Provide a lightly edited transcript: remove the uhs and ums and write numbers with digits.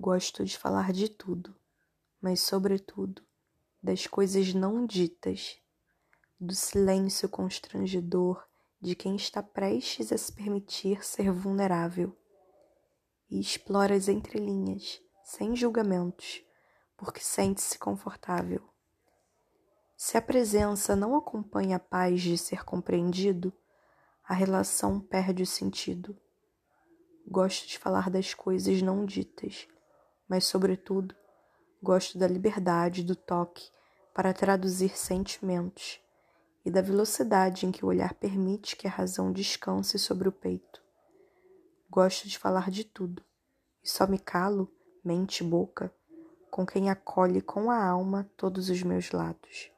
Gosto de falar de tudo, mas sobretudo das coisas não ditas, do silêncio constrangedor de quem está prestes a se permitir ser vulnerável. E explora as entrelinhas, sem julgamentos, porque sente-se confortável. Se a presença não acompanha a paz de ser compreendido, a relação perde o sentido. Gosto de falar das coisas não ditas, mas, sobretudo, gosto da liberdade do toque para traduzir sentimentos e da velocidade em que o olhar permite que a razão descanse sobre o peito. Gosto de falar de tudo, e só me calo, mente e boca, com quem acolhe com a alma todos os meus lados.